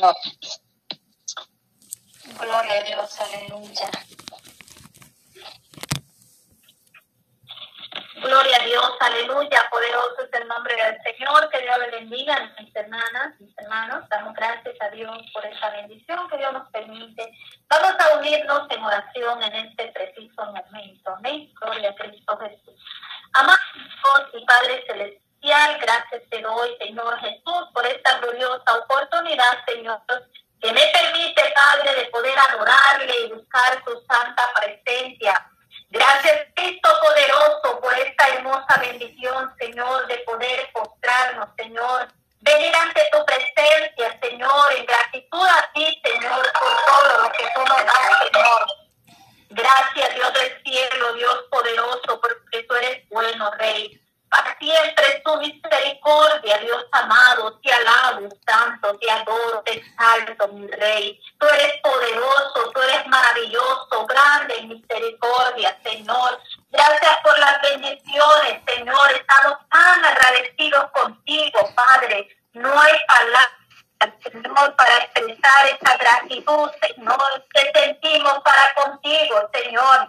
No. Gloria a Dios, aleluya. Gloria a Dios, aleluya, poderoso es el nombre del Señor, que Dios le bendiga a mis hermanas, mis hermanos, damos gracias a Dios por esa bendición que Dios nos permite. Vamos a unirnos en oración en este preciso momento, amén, gloria a Cristo Jesús. Amado Dios y Padre Celestial, gracias te doy, Señor Jesús, por esta gloriosa oportunidad, Señor, que me permite, Padre, de poder adorarle y buscar su santa presencia. Gracias, Cristo poderoso, por esta hermosa bendición, Señor, de poder postrarnos, Señor. Venir ante tu presencia, Señor, en gratitud a ti, Señor, por todo lo que tú nos das, Señor. Gracias, Dios del cielo, Dios poderoso, porque tú eres bueno, Rey. Para siempre tu misericordia, Dios amado, te alabo, santo, te adoro, te exalto, mi Rey. Tú eres poderoso, tú eres maravilloso, grande en misericordia, Señor. Gracias por las bendiciones, Señor. Estamos tan agradecidos contigo, Padre. No hay palabras, Señor, para expresar esa gratitud, Señor, que sentimos para contigo, Señor.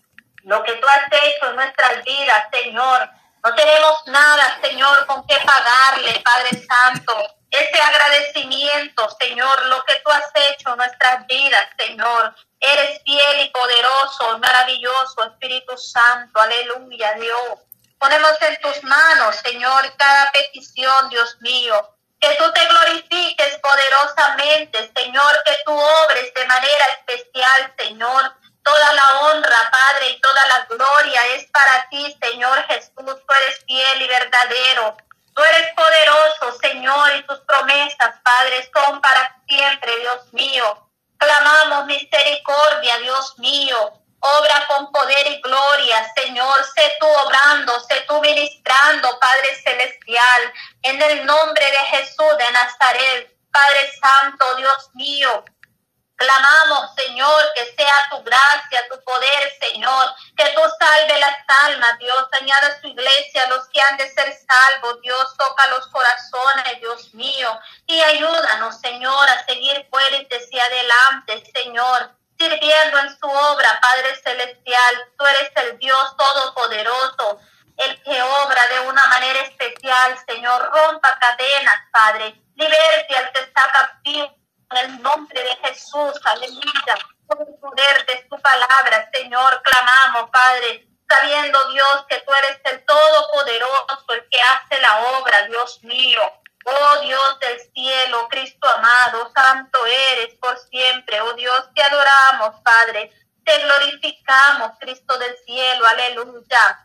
Lo que tú has hecho en nuestras vidas, Señor. No tenemos nada, Señor, con qué pagarle, Padre Santo. Ese agradecimiento, Señor, lo que tú has hecho en nuestras vidas, Señor. Eres fiel y poderoso, maravilloso, Espíritu Santo. Aleluya, Dios. Ponemos en tus manos, Señor, cada petición, Dios mío. Que tú te glorifiques poderosamente, Señor, que tú obres de manera especial, Señor. Toda la honra, Padre, y toda la gloria es para ti, Señor Jesús. Tú eres fiel y verdadero. Tú eres poderoso, Señor, y tus promesas, Padre, son para siempre, Dios mío. Clamamos misericordia, Dios mío. Obra con poder y gloria, Señor. Sé tú obrando, sé tú ministrando, Padre Celestial. En el nombre de Jesús de Nazaret, Padre Santo, Dios mío. Clamamos, Señor, que sea tu gracia, tu poder, Señor, que tú salve las almas, Dios, añada a su iglesia, los que han de ser salvos, Dios, toca los corazones, Dios mío, y ayúdanos, Señor, a seguir fuertes hacia adelante, Señor, sirviendo en su obra, Padre Celestial. Tú eres el Dios todopoderoso, el que obra de una manera especial, Señor. Rompa cadenas, Padre, liberte al que está captivo. En el nombre de Jesús, aleluya, por el poder de tu palabra, Señor, clamamos, Padre, sabiendo, Dios, que tú eres el Todopoderoso, el que hace la obra, Dios mío. Oh Dios del cielo, Cristo amado, santo eres por siempre. Oh Dios, te adoramos, Padre, te glorificamos, Cristo del cielo, aleluya.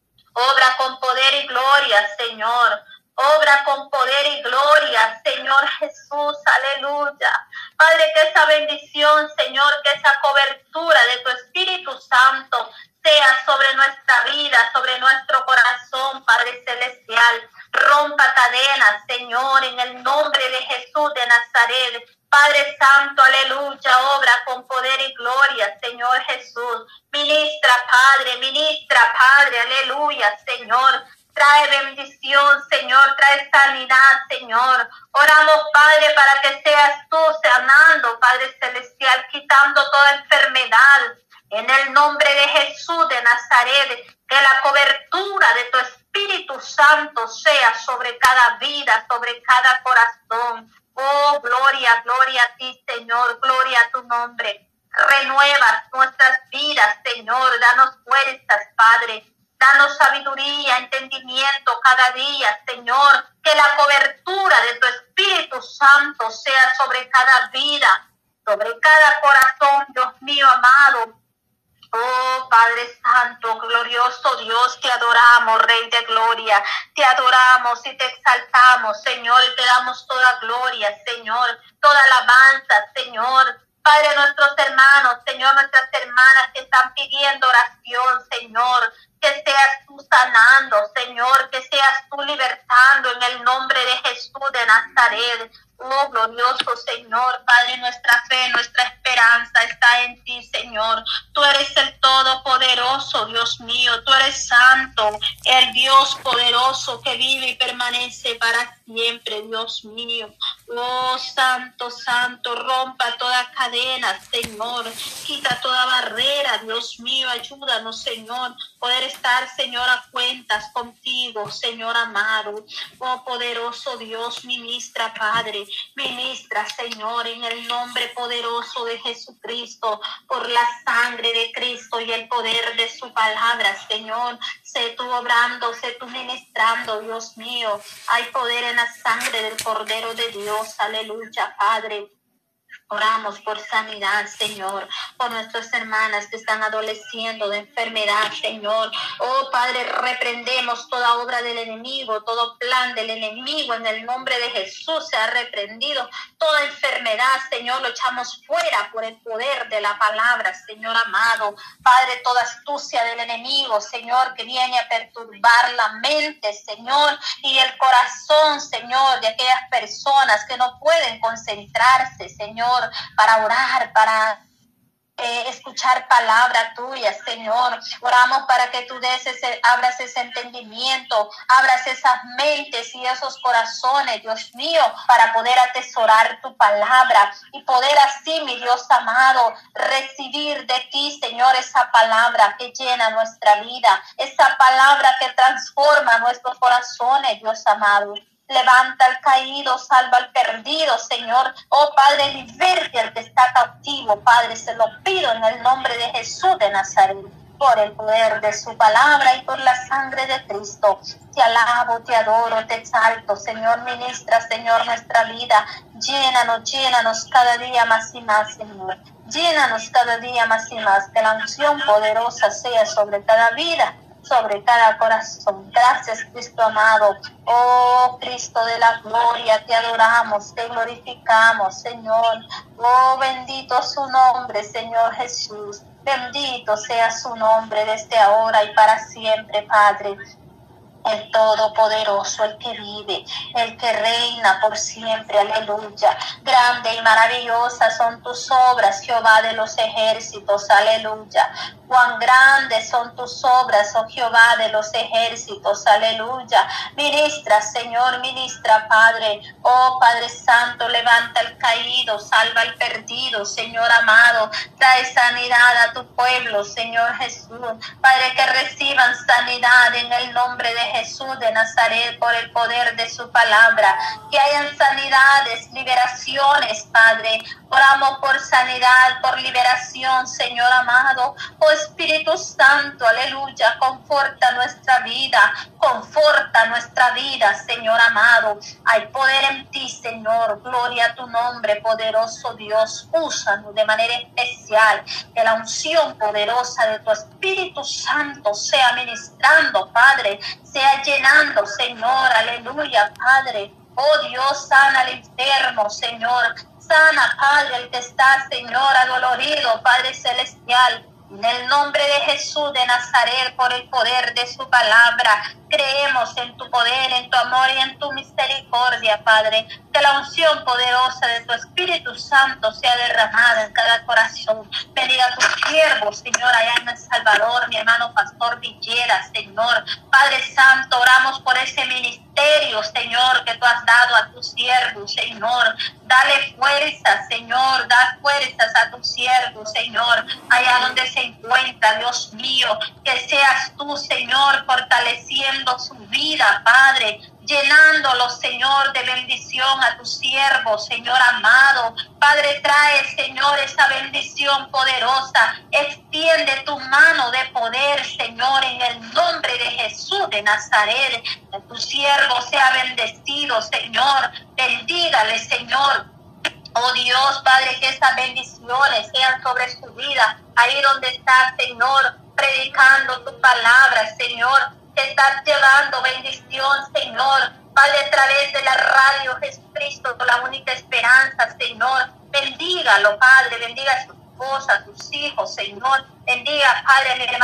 Obra con poder y gloria, Señor. Obra con poder y gloria, Señor Jesús, aleluya. Padre, que esa bendición, Señor, que esa cobertura de tu Espíritu Santo sea sobre nuestra vida, sobre nuestro corazón, Padre Celestial. Rompa cadenas, Señor, en el nombre de Jesús de Nazaret. Padre Santo, aleluya, obra con poder y gloria, Señor Jesús. Ministra, Padre, aleluya, Señor. Trae bendición, Señor, trae sanidad, Señor. Oramos, Padre, para que seas tú sanando, Padre Celestial, quitando toda enfermedad. En el nombre de Jesús de Nazaret, que la cobertura de tu Espíritu Santo sea sobre cada vida, sobre cada corazón. Oh, gloria, gloria a ti, Señor, gloria a tu nombre. Renuevas nuestras vidas, Señor, danos fuerzas, Padre. Danos sabiduría, entendimiento cada día, Señor. Que la cobertura de tu Espíritu Santo sea sobre cada vida, sobre cada corazón, Dios mío amado. Oh, Padre Santo, glorioso Dios, te adoramos, Rey de Gloria. Te adoramos y te exaltamos, Señor, y te damos toda gloria, Señor, toda alabanza, Señor. Padre, nuestros hermanos, Señor, nuestras hermanas que están pidiendo oración, Señor, que seas tú sanando, Señor, que seas tú libertando en el nombre de Jesús de Nazaret. Oh, glorioso Señor, Padre, nuestra fe, nuestra esperanza esperanza está en ti, Señor. Tú eres el Todopoderoso, Dios mío. Tú eres santo, el Dios poderoso que vive y permanece para siempre, Dios mío. Oh, santo, santo, rompa toda cadena, Señor. Quita toda barrera, Dios mío. Ayúdanos, Señor, poder estar, Señor, a cuentas contigo, Señor amado. Oh, poderoso Dios, ministra, Padre. Ministra, Señor, en el nombre poderoso de Jesucristo, por la sangre de Cristo y el poder de su palabra, Señor. Sé tú obrando, sé tú ministrando, Dios mío. Hay poder en la sangre del Cordero de Dios. Aleluya, Padre. Oramos por sanidad, Señor, por nuestras hermanas que están adoleciendo de enfermedad, Señor. Oh, Padre, reprendemos toda obra del enemigo, todo plan del enemigo. En el nombre de Jesús se ha reprendido toda enfermedad, Señor. Lo echamos fuera por el poder de la palabra, Señor amado. Padre, toda astucia del enemigo, Señor, que viene a perturbar la mente, Señor, y el corazón, Señor, de aquellas personas que no pueden concentrarse, Señor, para orar, para escuchar palabra tuya, Señor. Oramos para que tú abras ese entendimiento, abras esas mentes y esos corazones, Dios mío, para poder atesorar tu palabra y poder así, mi Dios amado, recibir de ti, Señor, esa palabra que llena nuestra vida, esa palabra que transforma nuestros corazones, Dios amado. Levanta al caído, salva al perdido, Señor. Oh, Padre, liberte al que está cautivo, Padre. Se lo pido en el nombre de Jesús de Nazaret, por el poder de su palabra y por la sangre de Cristo. Te alabo, te adoro, te exalto, Señor. Ministra, Señor, nuestra vida. Llénanos cada día más y más, Señor. Llénanos cada día más y más. Que la unción poderosa sea sobre cada vida, sobre cada corazón. Gracias, Cristo amado. Oh, Cristo de la gloria, te adoramos, te glorificamos, Señor. Oh, bendito su nombre, Señor Jesús. Bendito sea su nombre desde ahora y para siempre, Padre. El Todopoderoso, el que vive, el que reina por siempre, aleluya. Grande y maravillosa son tus obras, Jehová de los ejércitos, aleluya. Cuán grandes son tus obras, oh Jehová de los ejércitos, aleluya. Ministra, Señor, ministra, Padre. Oh, Padre Santo, levanta al caído, salva al perdido, Señor amado. Trae sanidad a tu pueblo, Señor Jesús. Padre, que reciban sanidad en el nombre de Jesús de Nazaret, por el poder de su palabra. Que hayan sanidades, liberaciones, Padre. Oramos por sanidad, por liberación, Señor amado. Oh Espíritu Santo, aleluya, conforta nuestra vida, Señor amado. Hay poder en ti, Señor. Gloria a tu nombre, poderoso Dios. Úsanos de manera especial. Que la unción poderosa de tu Espíritu Santo sea ministrando, Padre, sea llenando, Señor, aleluya, Padre. Oh Dios, sana al enfermo, Señor. Sana, Padre, el que está, Señor, adolorido, Padre celestial. En el nombre de Jesús de Nazaret, por el poder de su palabra, creemos en tu poder, en tu amor y en tu misericordia, Padre. Que la unción poderosa de tu Espíritu Santo sea derramada en cada corazón. Bendiga a tus siervos, Señor, allá en El Salvador, mi hermano Pastor Villera, Señor. Padre Santo, oramos por ese ministerio, Señor, que tú has dado a tus siervos, Señor. Dale fuerza, Señor, da fuerzas a tus siervos, Señor, allá donde se encuentra, Dios mío. Que seas tú, Señor, fortaleciendo su vida, Padre, llenándolo, Señor, de bendición a tus siervos, Señor amado. Padre, trae, Señor, esa bendición poderosa. Extiende tu mano de poder, Señor, en el nombre de Jesús de Nazaret. Que tu siervo sea bendecido, Señor. Bendígale, Señor. Oh Dios, Padre, que esas bendiciones sean sobre su vida. Ahí donde está, Señor, predicando tu palabra, Señor. Que estás llevando bendición, Señor. Padre, a través de la radio, Jesucristo, la única esperanza, Señor. Bendígalo, Padre. Bendiga a su esposa, a tus hijos, Señor. Bendiga, Padre, a mi hermano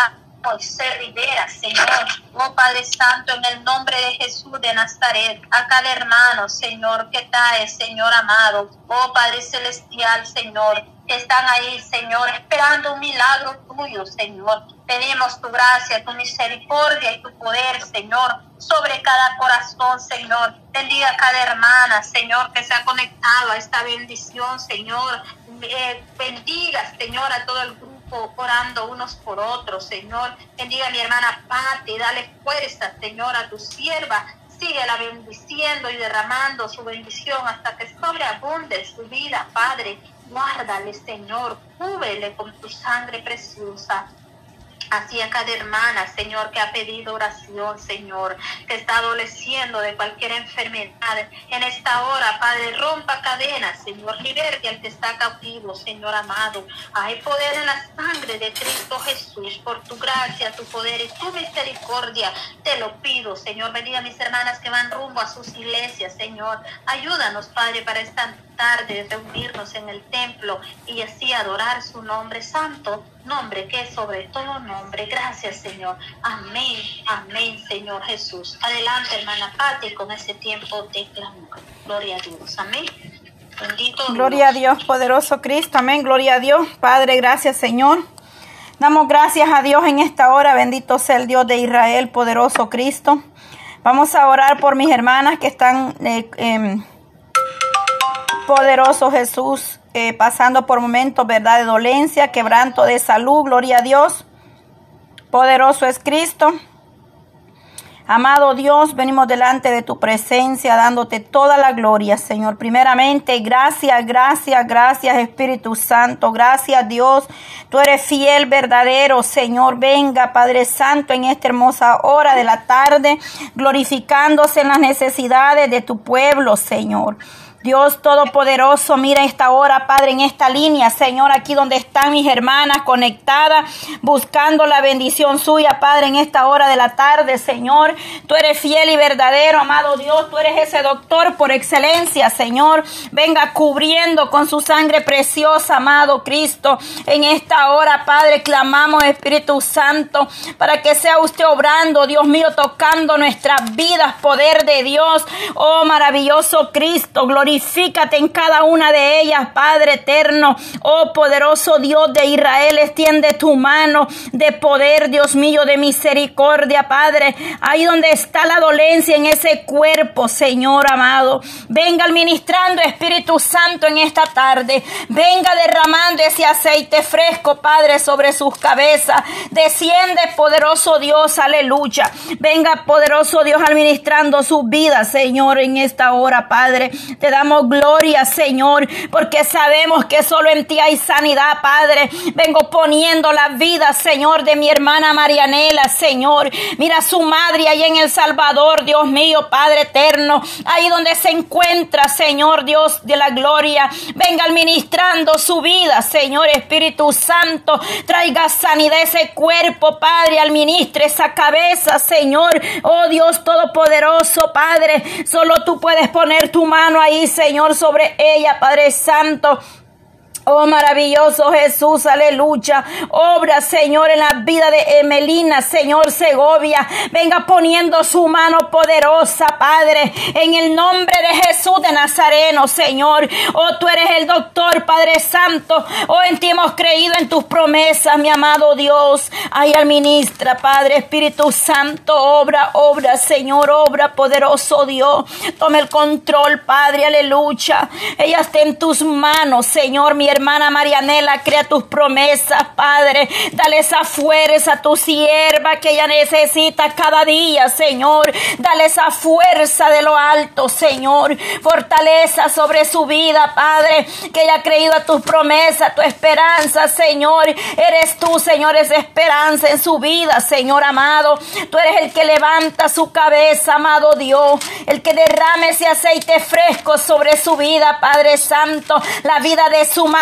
Moisés Rivera, Señor. Oh Padre Santo, en el nombre de Jesús de Nazaret, a cada hermano, Señor, que trae, Señor amado. Oh Padre Celestial, Señor, que están ahí, Señor, esperando un milagro tuyo, Señor. Pedimos tu gracia, tu misericordia y tu poder, Señor, sobre cada corazón, Señor. Bendiga a cada hermana, Señor, que se ha conectado a esta bendición, Señor. Bendiga, Señor, a todo el grupo, orando unos por otros, Señor. Bendiga a mi hermana Pati, dale fuerza, Señor, a tu sierva. Síguela bendiciendo y derramando su bendición hasta que sobreabunde su vida, Padre. Guárdale, Señor, cúbrele con tu sangre preciosa. Así a cada hermana, Señor, que ha pedido oración, Señor, que está adoleciendo de cualquier enfermedad. En esta hora, Padre, rompa cadenas, Señor, liberte al que está cautivo, Señor amado. Hay poder en la sangre de Cristo Jesús. Por tu gracia, tu poder y tu misericordia, te lo pido, Señor. Bendiga a mis hermanas que van rumbo a sus iglesias, Señor. Ayúdanos, Padre, para esta tarde reunirnos en el templo y así adorar su nombre santo, nombre que es sobre todo nombre. Gracias, Señor. Amén, amén, Señor Jesús. Adelante, hermana Pati, con ese tiempo de clamor. Gloria a Dios, amén. Bendito Gloria Dios. a Dios, poderoso Cristo, amén. Gloria a Dios, Padre, gracias, Señor. Damos gracias a Dios en esta hora. Bendito sea el Dios de Israel, poderoso Cristo. Vamos a orar por mis hermanas que están poderoso Jesús, pasando por momentos, ¿verdad?, de dolencia, quebranto de salud. Gloria a Dios. Poderoso es Cristo. Amado Dios, venimos delante de tu presencia, dándote toda la gloria, Señor. Primeramente, gracias, gracias, gracias, Espíritu Santo. Gracias, Dios. Tú eres fiel, verdadero, Señor. Venga, Padre Santo, en esta hermosa hora de la tarde, glorificándose en las necesidades de tu pueblo, Señor. Dios Todopoderoso, mira esta hora, Padre, en esta línea, Señor, aquí donde están mis hermanas conectadas, buscando la bendición suya, Padre, en esta hora de la tarde, Señor. Tú eres fiel y verdadero, amado Dios, tú eres ese doctor por excelencia, Señor. Venga cubriendo con su sangre preciosa, amado Cristo. En esta hora, Padre, clamamos, Espíritu Santo, para que sea usted obrando, Dios mío, tocando nuestras vidas, poder de Dios. Oh, maravilloso Cristo, glorifícate en cada una de ellas, Padre eterno. Oh, poderoso Dios de Israel, extiende tu mano de poder, Dios mío, de misericordia, Padre. Ahí donde está la dolencia en ese cuerpo, Señor amado. Venga administrando, Espíritu Santo, en esta tarde. Venga derramando ese aceite fresco, Padre, sobre sus cabezas. Desciende, poderoso Dios, aleluya. Venga, poderoso Dios, administrando sus vidas, Señor, en esta hora, Padre. Te damos gloria, Señor, porque sabemos que solo en ti hay sanidad, Padre. Vengo poniendo la vida, Señor, de mi hermana Marianela, Señor. Mira a su madre ahí en El Salvador, Dios mío, Padre eterno. Ahí donde se encuentra, Señor, Dios de la gloria. Venga administrando su vida, Señor, Espíritu Santo. Traiga sanidad a ese cuerpo, Padre. Administre esa cabeza, Señor. Oh, Dios Todopoderoso, Padre. Solo tú puedes poner tu mano ahí, Señor, sobre ella, Padre Santo. Oh, maravilloso Jesús, aleluya. Obra, Señor, en la vida de Emelina, Señor, Segovia. Venga poniendo su mano poderosa, Padre, en el nombre de Jesús de Nazareno, Señor. Oh, tú eres el doctor, Padre Santo. Oh, en ti hemos creído en tus promesas, mi amado Dios. Ahí administra, Padre, Espíritu Santo. Obra, obra, Señor, obra, poderoso Dios. Toma el control, Padre, aleluya. Ella está en tus manos, Señor, mi hermana Marianela, crea tus promesas, Padre. Dale esa fuerza a tu sierva que ella necesita cada día, Señor. Dale esa fuerza de lo alto, Señor. Fortaleza sobre su vida, Padre, que ella ha creído a tus promesas, tu esperanza, Señor. Eres tú, Señor, esa esperanza en su vida, Señor amado. Tú eres el que levanta su cabeza, amado Dios. El que derrame ese aceite fresco sobre su vida, Padre Santo. La vida de su madre,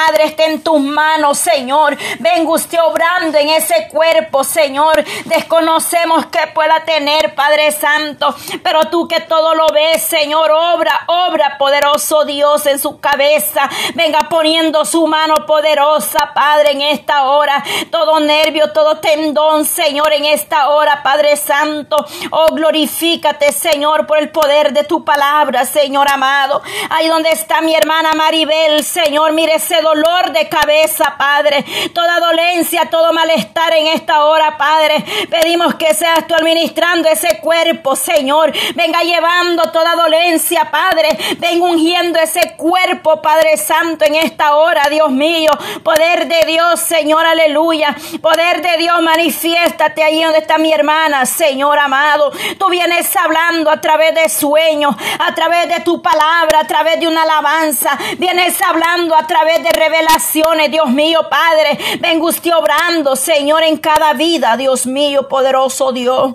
Padre, esté en tus manos, Señor. Venga usted obrando en ese cuerpo, Señor. Desconocemos que pueda tener, Padre Santo, pero tú que todo lo ves, Señor, obra, poderoso Dios, en su cabeza. Venga poniendo su mano poderosa, Padre, en esta hora. Todo nervio, todo tendón, Señor, en esta hora, Padre Santo. Oh, glorifícate, Señor, por el poder de tu palabra, Señor amado. Ahí donde está mi hermana Maribel, Señor, mire ese dolor de cabeza, Padre. Toda dolencia, todo malestar en esta hora, Padre. Pedimos que seas tú administrando ese cuerpo, Señor. Venga llevando toda dolencia, Padre. Venga ungiendo ese cuerpo, Padre Santo, en esta hora, Dios mío. Poder de Dios, Señor, aleluya. Poder de Dios, manifiéstate ahí donde está mi hermana, Señor amado. Tú vienes hablando a través de sueños, a través de tu palabra, a través de una alabanza. Vienes hablando a través de revelaciones, Dios mío, Padre. Venga usted obrando, Señor, en cada vida, Dios mío, poderoso Dios.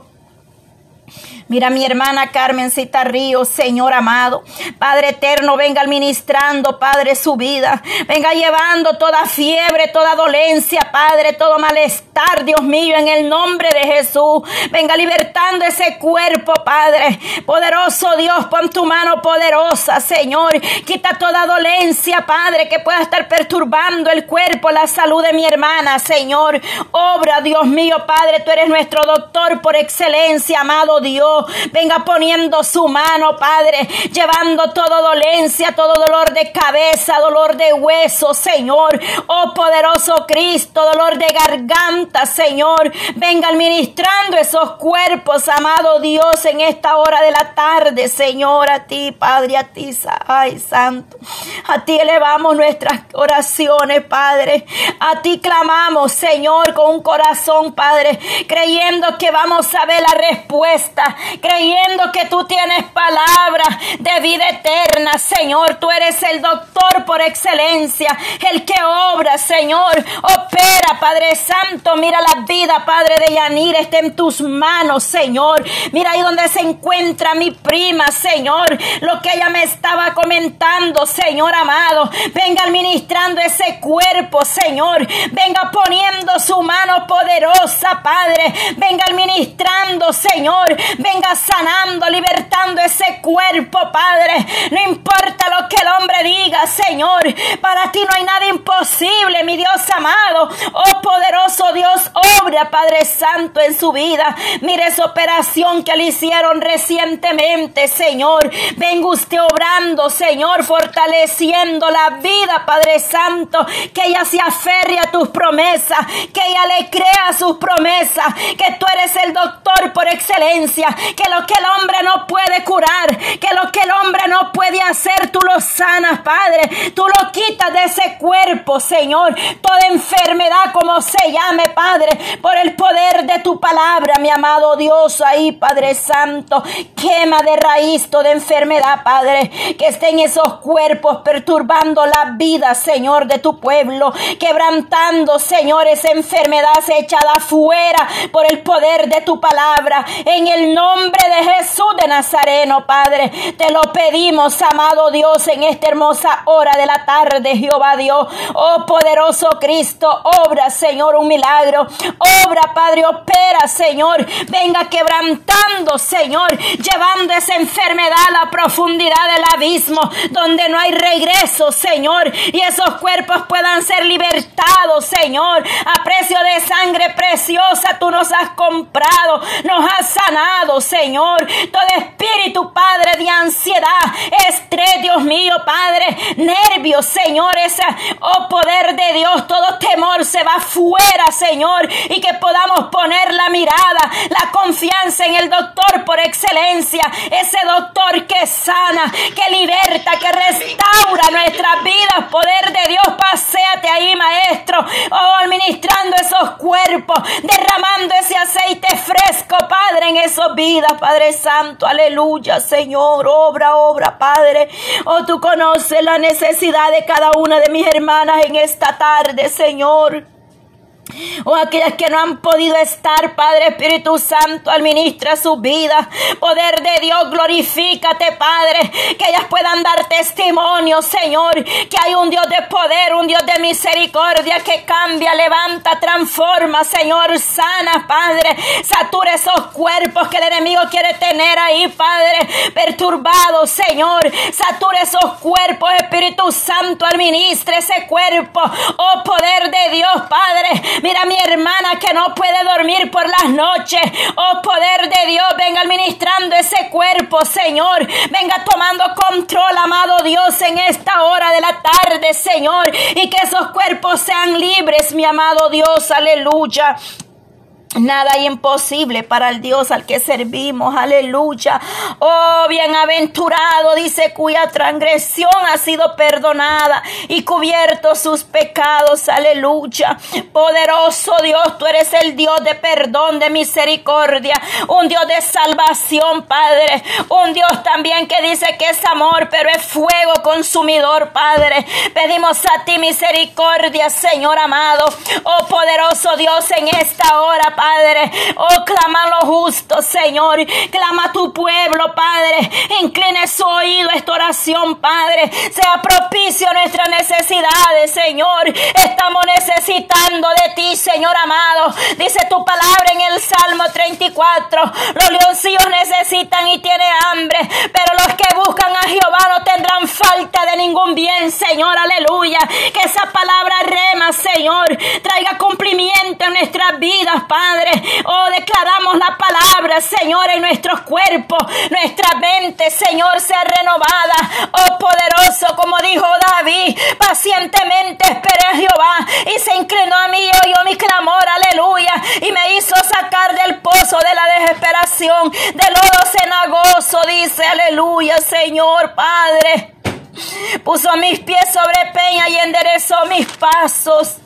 Mira mi hermana Carmencita Ríos, Señor amado. Padre eterno, venga administrando, Padre, su vida. Venga llevando toda fiebre, toda dolencia, Padre, todo malestar, Dios mío, en el nombre de Jesús. Venga libertando ese cuerpo, Padre. Poderoso Dios, pon tu mano poderosa, Señor. Quita toda dolencia, Padre, que pueda estar perturbando el cuerpo, la salud de mi hermana, Señor. Obra, Dios mío, Padre, tú eres nuestro doctor por excelencia, amado Dios. Venga poniendo su mano, Padre, llevando toda dolencia, todo dolor de cabeza, dolor de hueso, Señor. Oh poderoso Cristo, dolor de garganta, Señor. Venga administrando esos cuerpos, amado Dios, en esta hora de la tarde, Señor. A ti, Padre, a ti, ay, Santo. A ti elevamos nuestras oraciones, Padre. A ti clamamos, Señor, con un corazón, Padre, creyendo que vamos a ver la respuesta, creyendo que tú tienes palabra de vida eterna, Señor. Tú eres el doctor por excelencia, el que obra, Señor. Opera, Padre Santo. Mira la vida, Padre, de Yanir, está en tus manos, Señor. Mira ahí donde se encuentra mi prima, Señor. Lo que ella me estaba comentando, Señor amado. Venga administrando ese cuerpo, Señor. Venga poniendo su mano poderosa, Padre. Venga administrando, Señor. Venga sanando, libertando ese cuerpo, Padre. No importa lo que el hombre diga, Señor. Para ti no hay nada imposible, mi Dios amado. Oh poderoso Dios, obra, Padre Santo, en su vida. Mire esa operación que le hicieron recientemente, Señor. Venga usted obrando, Señor, fortaleciendo la vida, Padre Santo. Que ella se aferre a tus promesas, que ella le crea sus promesas, que tú eres el doctor por excelencia, que lo que el hombre no puede curar, que lo que el hombre no puede hacer, tú lo sanas, Padre. Tú lo quitas de ese cuerpo, Señor. Toda enfermedad, como se llame, Padre, por el poder de tu palabra, mi amado Dios, ahí, Padre Santo. Quema de raíz toda enfermedad, Padre, que esté en esos cuerpos perturbando la vida, Señor, de tu pueblo, quebrantando, Señor, esa enfermedad se echada fuera por el poder de tu palabra, en el nombre de Jesús de Nazareno, Padre. Te lo pedimos, amado Dios, en esta hermosa hora de la tarde, Jehová Dios. Oh poderoso Cristo, obra, Señor, un milagro. Obra, Padre, opera, Señor. Venga quebrantando, Señor, llevando esa enfermedad a la profundidad del abismo, donde no hay regreso, Señor, y esos cuerpos puedan ser libertados, Señor. A precio de sangre preciosa tú nos has comprado, nos has sanado, Señor. Todo espíritu, Padre, de ansiedad, estrés, Dios mío, Padre, nervios, Señor, ese, oh poder de Dios, todo temor se va fuera, Señor, y que podamos poner la mirada, la confianza en el doctor por excelencia, ese doctor que sana, que liberta, que restaura nuestras vidas. Poder de Dios, paséate ahí, Maestro, oh, administrando esos cuerpos, derramando ese aceite fresco, Padre, en esas vidas, Padre Santo, aleluya, Señor. Obra, Padre. Oh, tú conoces la necesidad de cada una de mis hermanas en esta tarde, Señor. O aquellas que no han podido estar, Padre Espíritu Santo, administra su vida. Poder de Dios, glorifícate, Padre, que ellas puedan dar testimonio, Señor, que hay un Dios de poder, un Dios de misericordia que cambia, levanta, transforma, Señor, sana, Padre. Satura esos cuerpos que el enemigo quiere tener ahí, Padre, perturbados, Señor. Satura esos cuerpos, Espíritu Santo, administra ese cuerpo. Oh, poder de Dios, Padre. Mira mi hermana que no puede dormir por las noches. Oh, poder de Dios, venga administrando ese cuerpo, Señor. Venga tomando control, amado Dios, en esta hora de la tarde, Señor. Y que esos cuerpos sean libres, mi amado Dios. Aleluya. Nada hay imposible para el Dios al que servimos, aleluya. Oh, bienaventurado, dice, cuya transgresión ha sido perdonada y cubiertos sus pecados, aleluya. Poderoso Dios, tú eres el Dios de perdón, de misericordia, un Dios de salvación, Padre, un Dios también que dice que es amor, pero es fuego consumidor, Padre. Pedimos a ti misericordia, Señor amado. Oh, poderoso Dios, en esta hora, Padre, oh, clama a lo justo, Señor, clama a tu pueblo, Padre, incline su oído a esta oración, Padre, sea propicio a nuestras necesidades, Señor. Estamos necesitando de ti, Señor amado. Dice tu palabra en el Salmo 34, los leoncillos necesitan y tienen hambre, pero los que buscan a Jehová no tendrán falta de ningún bien, Señor, aleluya. Que esa palabra rema, Señor, traiga cumplimiento en nuestras vidas, Padre. Oh, declaramos la palabra, Señor, en nuestros cuerpos, nuestra mente, Señor, sea renovada. Oh, poderoso, como dijo David, pacientemente esperé a Jehová y se inclinó a mí y oyó mi clamor, aleluya, y me hizo sacar del pozo de la desesperación, del lodo cenagoso, dice, aleluya, Señor, Padre. Puso mis pies sobre peña y enderezó mis pasos.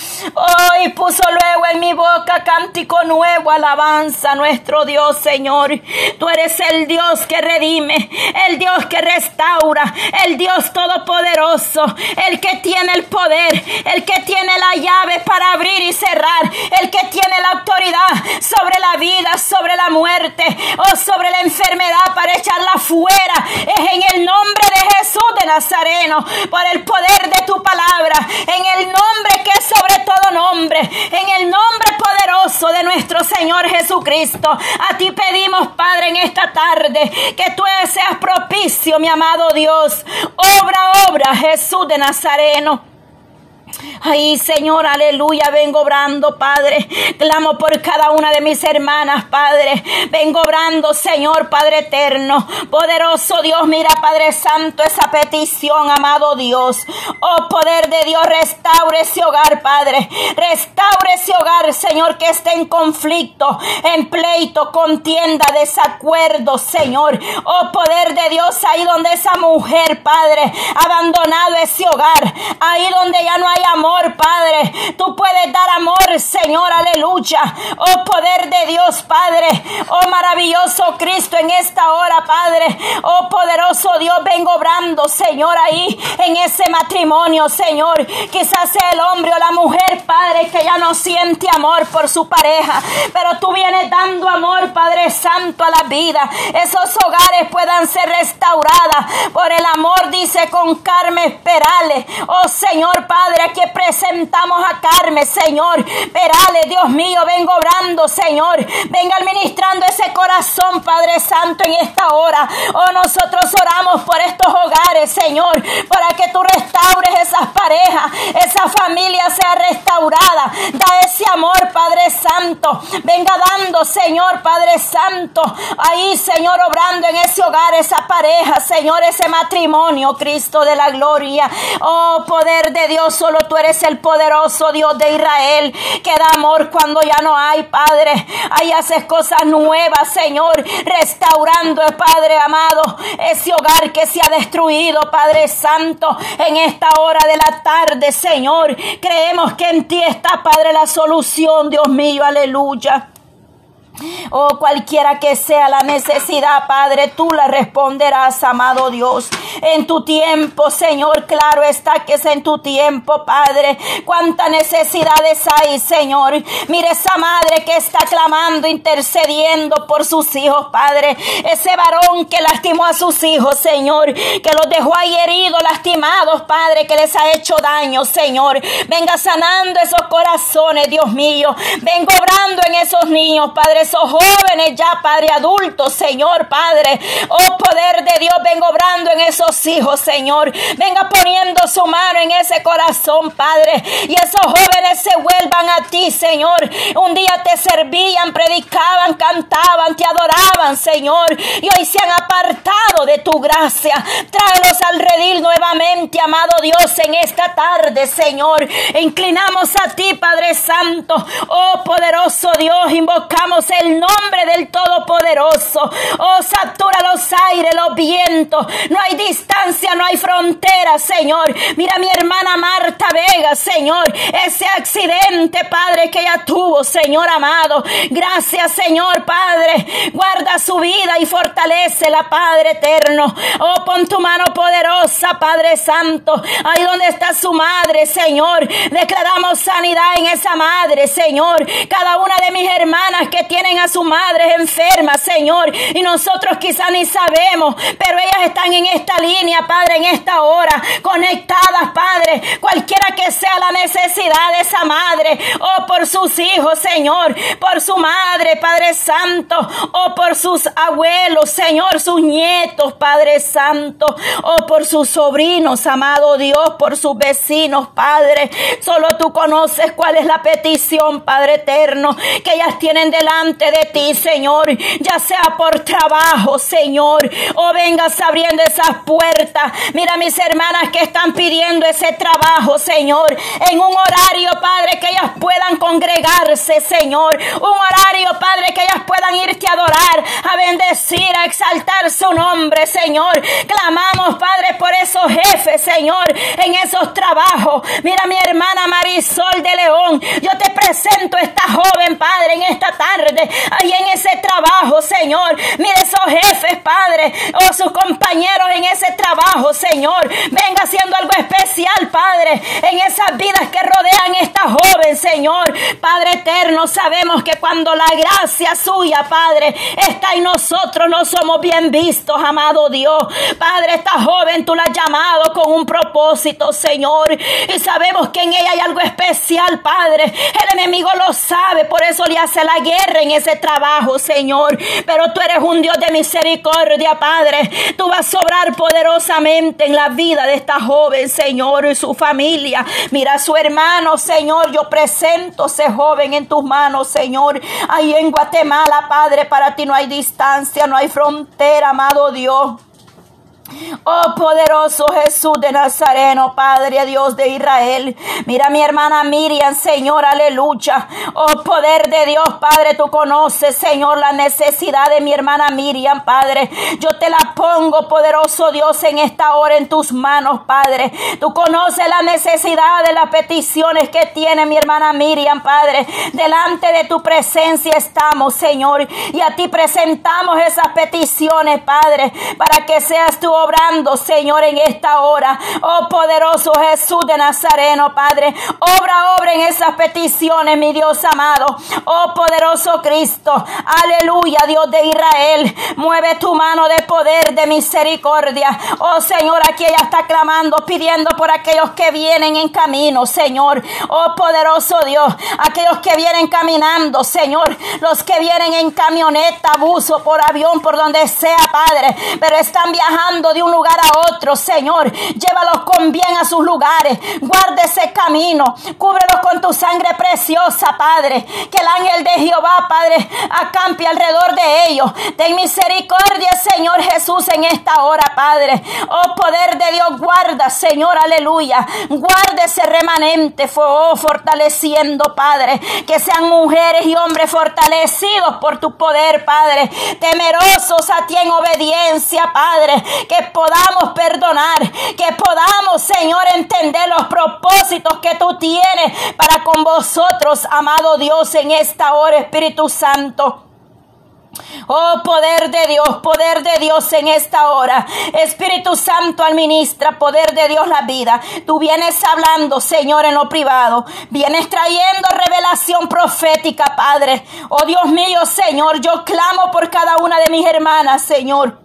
Oh, y puso luego en mi boca cántico nuevo, alabanza a nuestro Dios, Señor. Tú eres el Dios que redime, el Dios que restaura, el Dios todopoderoso, el que tiene el poder, el que tiene la llave para abrir y cerrar, el que tiene la autoridad sobre la vida, sobre la muerte, o sobre la enfermedad para echarla fuera. Es en el nombre de Jesús de Nazareno, por el poder de tu palabra, en el nombre que es sobre todo nombre, en el nombre poderoso de nuestro Señor Jesucristo. A ti pedimos, Padre, en esta tarde, que tú seas propicio, mi amado Dios. Obra, Jesús de Nazareno. Ay, Señor, aleluya, vengo obrando, Padre, clamo por cada una de mis hermanas, Padre, vengo obrando, Señor, Padre eterno, poderoso Dios, mira, Padre Santo, esa petición, amado Dios. Oh, poder de Dios, restaure ese hogar, Padre, restaure ese hogar, Señor, que esté en conflicto, en pleito, contienda, desacuerdo, Señor. Oh, poder de Dios, ahí donde esa mujer, Padre, ha abandonado ese hogar, ahí donde ya no hay amor, Padre, tú puedes dar amor, Señor, aleluya. Oh, poder de Dios, Padre, oh, maravilloso Cristo, en esta hora, Padre, oh, poderoso Dios, vengo obrando, Señor, ahí en ese matrimonio, Señor, quizás sea el hombre o la mujer, Padre, que ya no siente amor por su pareja, pero tú vienes dando amor, Padre Santo, a la vida. Esos hogares puedan ser restauradas por el amor, dice con Carmen Perales. Oh, Señor, Padre, aquí presentamos a Carmen, Señor Perales, Dios mío, vengo obrando, Señor, venga administrando ese corazón, Padre Santo, en esta hora. Oh, nosotros oramos por estos hogares, Señor, para que tú restaures esas parejas, esa familia sea restaurada. Da ese amor, Padre Santo, venga dando, Señor, Padre Santo, ahí, Señor, obrando en ese hogar, esa pareja, Señor, ese matrimonio, Cristo de la gloria. Oh, poder de Dios, solo tú eres el poderoso Dios de Israel, que da amor cuando ya no hay, Padre. Ahí haces cosas nuevas, Señor, restaurando, Padre amado, ese hogar que se ha destruido, Padre Santo, en esta hora de la tarde, Señor. Creemos que en ti está, Padre, la solución, Dios mío, aleluya. Oh, cualquiera que sea la necesidad, Padre, tú la responderás, amado Dios. En tu tiempo, Señor, claro está que es en tu tiempo, Padre. Cuántas necesidades hay, Señor. Mire esa madre que está clamando, intercediendo por sus hijos, Padre. Ese varón que lastimó a sus hijos, Señor, que los dejó ahí heridos, lastimados, Padre, que les ha hecho daño, Señor. Venga sanando esos corazones, Dios mío. Venga obrando en esos niños, Padre, esos jóvenes ya, Padre, adultos, Señor, Padre. Oh, poder de Dios, venga obrando en esos hijos, Señor. Venga poniendo su mano en ese corazón, Padre. Y esos jóvenes se vuelvan a ti, Señor. Un día te servían, predicaban, cantaban, te adoraban, Señor. Y hoy se han apartado de tu gracia. Tráelos al redil nuevamente, amado Dios, en esta tarde, Señor. Inclinamos a ti, Padre Santo. Oh, poderoso Dios, invocamos el nombre del Todopoderoso. Oh, satura los aires, los vientos. No hay distancia, no hay frontera, Señor. Mira a mi hermana Marta Vega, Señor. Ese accidente, Padre, que ella tuvo, Señor amado. Gracias, Señor, Padre. Guarda su vida y fortalécela, Padre eterno. Oh, pon tu mano poderosa, Padre Santo. Ahí donde está su madre, Señor. Declaramos sanidad en esa madre, Señor. Cada una de mis hermanas que tienen a su madre enferma, Señor. Y nosotros quizás ni sabemos, pero ellas están en esta línea, Padre, en esta hora, conectadas, Padre. Cualquiera que sea la necesidad de esa madre, o por sus hijos, Señor, por su madre, Padre Santo, o por sus abuelos, Señor, sus nietos, Padre Santo, o por sus sobrinos, amado Dios, por sus vecinos, Padre. Solo tú conoces cuál es la petición, Padre eterno, que ellas tienen delante de ti, Señor, ya sea por trabajo, Señor, o vengas abriendo esas puertas. Mira mis hermanas que están pidiendo ese trabajo, Señor, en un horario, Padre, que ellas puedan congregarse, Señor, un horario, Padre, que ellas puedan irte a adorar, a bendecir, a exaltar su nombre, Señor. Clamamos, Padre, por esos jefes, Señor, en esos trabajos. Mira mi hermana Marisol de León, yo te presento a esta joven, Padre, en esta tarde, ahí en ese trabajo, Señor. Mira esos jefes, Padre, o sus compañeros en ese trabajo, Señor. Venga haciendo algo especial, Padre, en esas vidas que rodean esta joven, Señor. Padre eterno, sabemos que cuando la gracia suya, Padre, está en nosotros, no somos bien vistos, amado Dios. Padre, esta joven tú la has llamado con un propósito, Señor, y sabemos que en ella hay algo especial, Padre. El enemigo lo sabe, por eso le hace la guerra en ese trabajo, Señor. Pero tú eres un Dios de misericordia, Padre. Tú vas a obrar poderosamente en la vida de esta joven, Señor, y su familia. Mira a su hermano, Señor. Yo presento a ese joven en tus manos, Señor. Ahí en Guatemala, Padre, para ti no hay distancia, no hay frontera, amado Dios. Oh, poderoso Jesús de Nazareno, Padre Dios de Israel. Mira a mi hermana Miriam, Señor, aleluya. Oh, poder de Dios, Padre, tú conoces, Señor, la necesidad de mi hermana Miriam, Padre. Yo te la pongo, poderoso Dios, en esta hora en tus manos, Padre. Tú conoces la necesidad de las peticiones que tiene mi hermana Miriam, Padre. Delante de tu presencia estamos, Señor, y a ti presentamos esas peticiones, Padre, para que seas tú obrando, Señor, en esta hora. Oh, poderoso Jesús de Nazareno, Padre, obra en esas peticiones, mi Dios amado. Oh, poderoso Cristo, aleluya, Dios de Israel, mueve tu mano de poder, de misericordia. Oh, Señor, aquí ella está clamando, pidiendo por aquellos que vienen en camino, Señor. Oh, poderoso Dios, aquellos que vienen caminando, Señor, los que vienen en camioneta, buzo, por avión, por donde sea, Padre, pero están viajando de un lugar a otro, Señor. Llévalos con bien a sus lugares. Guarda ese camino. Cúbrelos con tu sangre preciosa, Padre. Que el ángel de Jehová, Padre, acampe alrededor de ellos. Ten misericordia, Señor Jesús, en esta hora, Padre. Oh, poder de Dios, guarda, Señor, aleluya. Guarda ese remanente, fortaleciendo, Padre. Que sean mujeres y hombres fortalecidos por tu poder, Padre. Temerosos a ti en obediencia, Padre. Que podamos perdonar, que podamos, Señor, entender los propósitos que tú tienes para con vosotros, amado Dios, en esta hora, Espíritu Santo. Oh, poder de Dios en esta hora. Espíritu Santo administra, poder de Dios la vida. Tú vienes hablando, Señor, en lo privado. Vienes trayendo revelación profética, Padre. Oh, Dios mío, Señor, yo clamo por cada una de mis hermanas, Señor.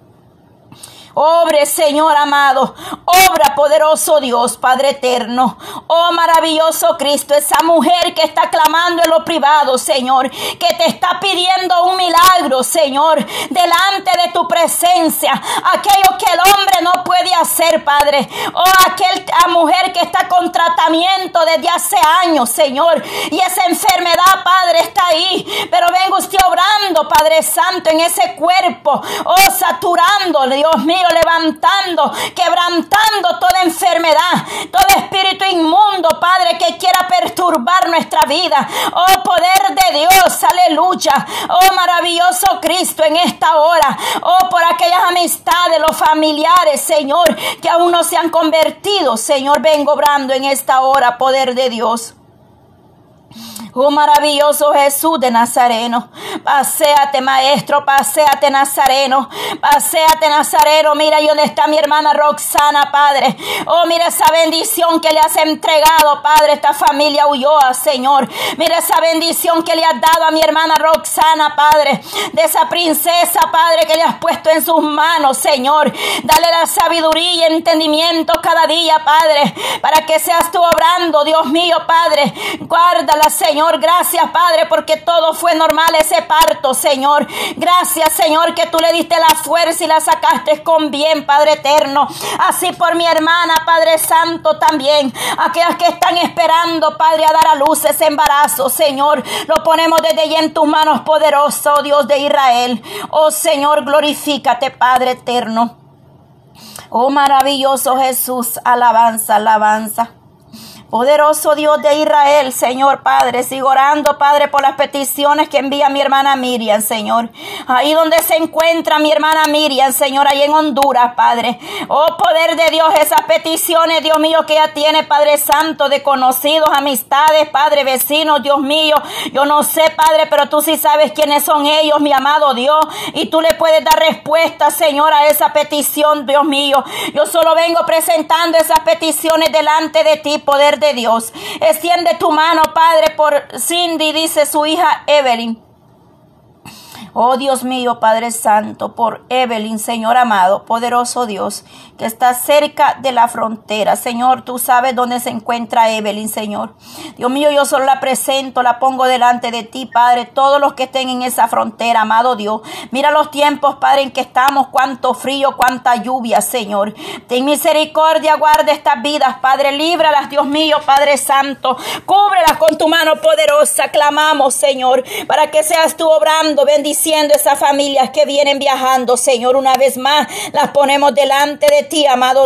Obre, Señor amado, obra poderoso Dios, Padre eterno. Oh, maravilloso Cristo, esa mujer que está clamando en lo privado, Señor, que te está pidiendo un milagro, Señor, delante de tu presencia, aquello que el hombre no puede hacer, Padre. Oh, aquella mujer que está con tratamiento desde hace años, Señor, y esa enfermedad, Padre, está ahí, pero venga usted obrando, Padre Santo, en ese cuerpo, oh, saturando, Dios mío, levantando, quebrantando toda enfermedad, todo espíritu inmundo, Padre, que quiera perturbar nuestra vida. Oh, poder de Dios, aleluya. Oh, maravilloso Cristo, en esta hora, oh, por aquellas amistades, los familiares, Señor, que aún no se han convertido, Señor, vengo obrando en esta hora, poder de Dios. Oh, maravilloso Jesús de Nazareno, paséate, Maestro, paséate, Nazareno, paséate, Nazareno. Mira ahí donde está mi hermana Roxana, Padre. Oh, mira esa bendición que le has entregado, Padre, esta familia Ulloa, Señor. Mira esa bendición que le has dado a mi hermana Roxana, Padre, de esa princesa, Padre, que le has puesto en sus manos, Señor. Dale la sabiduría y entendimiento cada día, Padre, para que seas tú obrando, Dios mío, Padre. Guárdala, Señor. Gracias, Padre, porque todo fue normal ese parto, Señor. Gracias, Señor, que tú le diste la fuerza y la sacaste con bien, Padre eterno. Así por mi hermana, Padre Santo, también. Aquellas que están esperando, Padre, a dar a luz ese embarazo, Señor. Lo ponemos desde ya en tus manos, poderoso Dios de Israel. Oh, Señor, glorifícate, Padre eterno. Oh, maravilloso Jesús, alabanza, alabanza. Poderoso Dios de Israel, Señor Padre, sigo orando, Padre, por las peticiones que envía mi hermana Miriam, Señor. Ahí donde se encuentra mi hermana Miriam, Señor, ahí en Honduras, Padre. Oh, poder de Dios, esas peticiones, Dios mío, que ella tiene, Padre Santo, de conocidos, amistades, Padre, vecinos, Dios mío. Yo no sé, Padre, pero tú sí sabes quiénes son ellos, mi amado Dios. Y tú le puedes dar respuesta, Señor, a esa petición, Dios mío. Yo solo vengo presentando esas peticiones delante de ti, poder de Dios. Extiende tu mano, Padre, por Cindy, dice su hija Evelyn. Oh, Dios mío, Padre Santo, por Evelyn, Señor amado, poderoso Dios, que está cerca de la frontera. Señor, tú sabes dónde se encuentra Evelyn, Señor. Dios mío, yo solo la presento, la pongo delante de ti, Padre, todos los que estén en esa frontera, amado Dios. Mira los tiempos, Padre, en que estamos, cuánto frío, cuánta lluvia, Señor. Ten misericordia, guarda estas vidas, Padre, líbralas, Dios mío, Padre Santo. Cúbrelas con tu mano poderosa, clamamos, Señor, para que seas tú obrando, bendiciendo esas familias que vienen viajando, Señor, una vez más, las ponemos delante de ti, amado